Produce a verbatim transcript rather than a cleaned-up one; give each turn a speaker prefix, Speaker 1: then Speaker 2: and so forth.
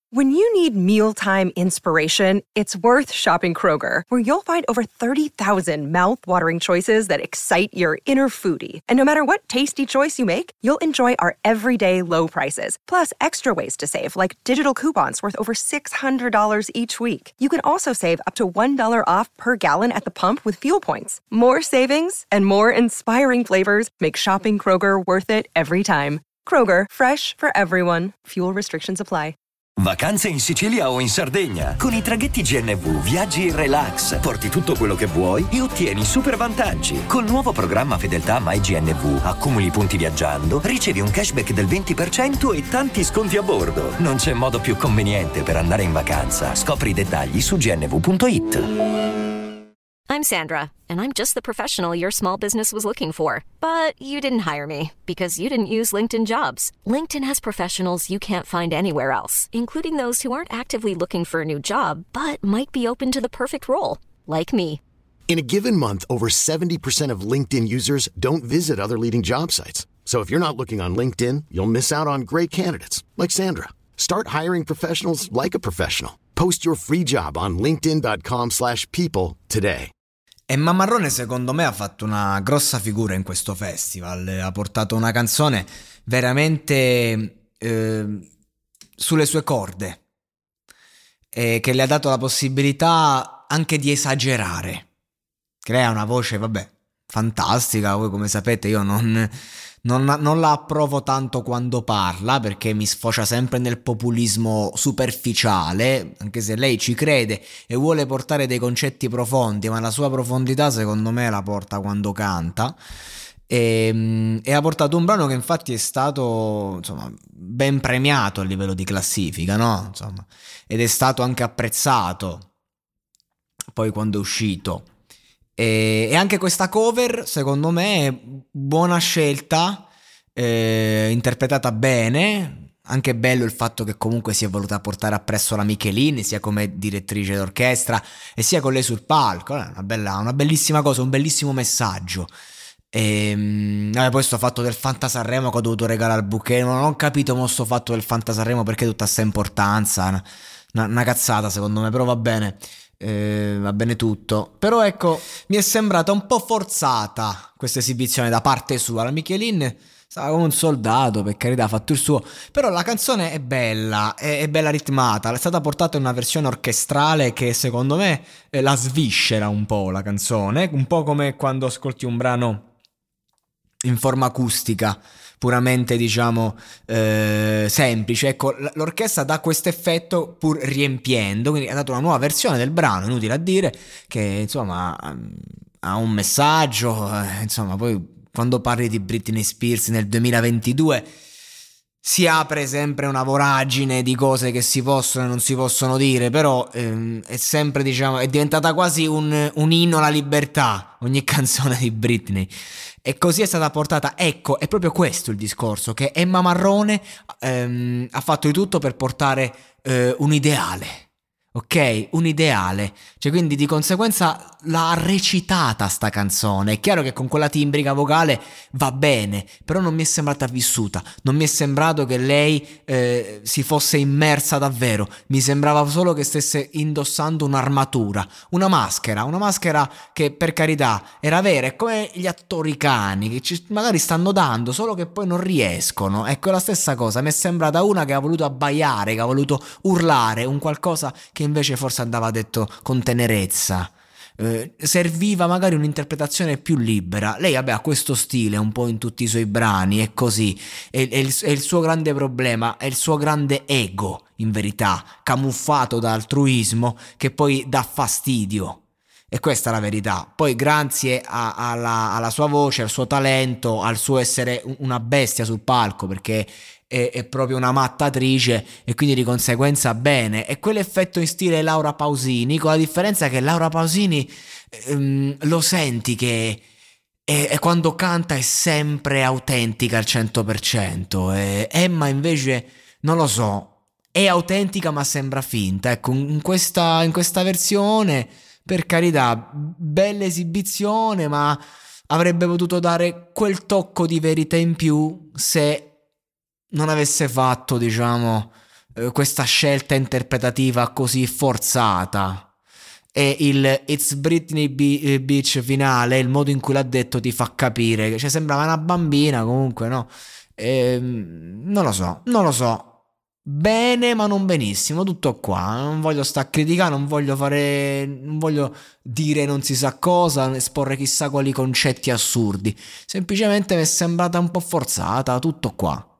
Speaker 1: When you need mealtime inspiration, it's worth shopping Kroger, where you'll find over thirty thousand mouth-watering choices that excite your inner foodie. And no matter what tasty choice you make, you'll enjoy our everyday low prices, plus extra ways to save, like digital coupons worth over six hundred dollars each week. You can also save up to one dollar off per gallon at the pump with fuel points. More savings and more inspiring flavors make shopping Kroger worth it every time. Kroger, fresh for everyone. Fuel restrictions apply.
Speaker 2: Vacanze in Sicilia o in Sardegna. Con i traghetti G N V viaggi in relax, porti tutto quello che vuoi e ottieni super vantaggi. Col nuovo programma Fedeltà MyGNV accumuli punti viaggiando, ricevi un cashback del venti per cento e tanti sconti a bordo. Non c'è modo più conveniente per andare in vacanza. Scopri i dettagli su g n v punto i t.
Speaker 3: I'm Sandra, and I'm just the professional your small business was looking for. But you didn't hire me because you didn't use LinkedIn Jobs. LinkedIn has professionals you can't find anywhere else, including those who aren't actively looking for a new job, but might be open to the perfect role, like me.
Speaker 4: In a given month, over seventy percent of LinkedIn users don't visit other leading job sites. So if you're not looking on LinkedIn, you'll miss out on great candidates like Sandra. Start hiring professionals like a professional. Post your free job on linkedin dot com slash people today.
Speaker 5: Emma Marrone secondo me ha fatto una grossa figura in questo festival, ha portato una canzone veramente eh, sulle sue corde, e che le ha dato la possibilità anche di esagerare. Crea una voce, vabbè, fantastica. Voi come sapete io non, non, non la approvo tanto quando parla, perché mi sfocia sempre nel populismo superficiale, anche se lei ci crede e vuole portare dei concetti profondi, ma la sua profondità secondo me la porta quando canta. E, e ha portato un brano che infatti è stato, insomma, ben premiato a livello di classifica, no? Insomma, ed è stato anche apprezzato poi quando è uscito. E, e anche questa cover secondo me è buona scelta, eh, interpretata bene. Anche bello il fatto che comunque si è voluta portare appresso la Michelin, sia come direttrice d'orchestra e sia con lei sul palco. È una bella, una bellissima cosa, un bellissimo messaggio. E vabbè, poi sto fatto del Fanta Sanremo che ho dovuto regalare al bouquet, non ho capito mo sto fatto del Fanta Sanremo perché tutta sta importanza, una, una, una cazzata secondo me, però va bene, eh, va bene tutto. Però ecco, mi è sembrata un po' forzata questa esibizione da parte sua. La Michelin stava come un soldato, per carità, ha fatto il suo, però la canzone è bella, è, è bella ritmata, è stata portata in una versione orchestrale che secondo me eh, la sviscera un po' la canzone, un po' come quando ascolti un brano in forma acustica, puramente diciamo eh, semplice. Ecco, l'orchestra dà questo effetto pur riempiendo, quindi ha dato una nuova versione del brano, inutile a dire, che insomma ha un messaggio, eh, insomma poi quando parli di Britney Spears nel duemilaventidue si apre sempre una voragine di cose che si possono e non si possono dire, però ehm, è sempre, diciamo, è diventata quasi un, un inno alla libertà ogni canzone di Britney, e così è stata portata. Ecco, è proprio questo il discorso, che Emma Marrone ehm, ha fatto di tutto per portare eh, un ideale, ok? Un ideale, cioè, quindi di conseguenza l'ha recitata sta canzone. È chiaro che con quella timbrica vocale va bene, però non mi è sembrata vissuta, non mi è sembrato che lei eh, si fosse immersa davvero, mi sembrava solo che stesse indossando un'armatura, una maschera, una maschera che per carità era vera, è come gli attori cani che ci, magari stanno dando, solo che poi non riescono. Ecco, la stessa cosa, mi è sembrata una che ha voluto abbaiare, che ha voluto urlare, un qualcosa che invece forse andava detto con tenerezza. Eh, serviva magari un'interpretazione più libera. Lei vabbè ha questo stile un po' in tutti i suoi brani, è così, è, è, il, è il suo grande problema, è il suo grande ego, in verità, camuffato da altruismo, che poi dà fastidio. E questa è la verità. Poi grazie a, alla, alla sua voce, al suo talento, al suo essere una bestia sul palco, perché è, è proprio una mattatrice, e quindi di conseguenza bene. E quell'effetto in stile Laura Pausini, con la differenza che Laura Pausini ehm, lo senti che è, è quando canta è sempre autentica al cento per cento, e Emma invece non lo so, è autentica ma sembra finta. Ecco, in questa, in questa versione, per carità, bella esibizione, ma avrebbe potuto dare quel tocco di verità in più se non avesse fatto, diciamo, eh, questa scelta interpretativa così forzata. E il It's Britney Be- Beach finale, il modo in cui l'ha detto ti fa capire che, cioè, sembrava una bambina comunque, no? Ehm, non lo so, non lo so. Bene, ma non benissimo, tutto qua. Non voglio sta a criticare, non voglio fare, non voglio dire non si sa cosa, esporre chissà quali concetti assurdi. Semplicemente mi è sembrata un po' forzata, tutto qua.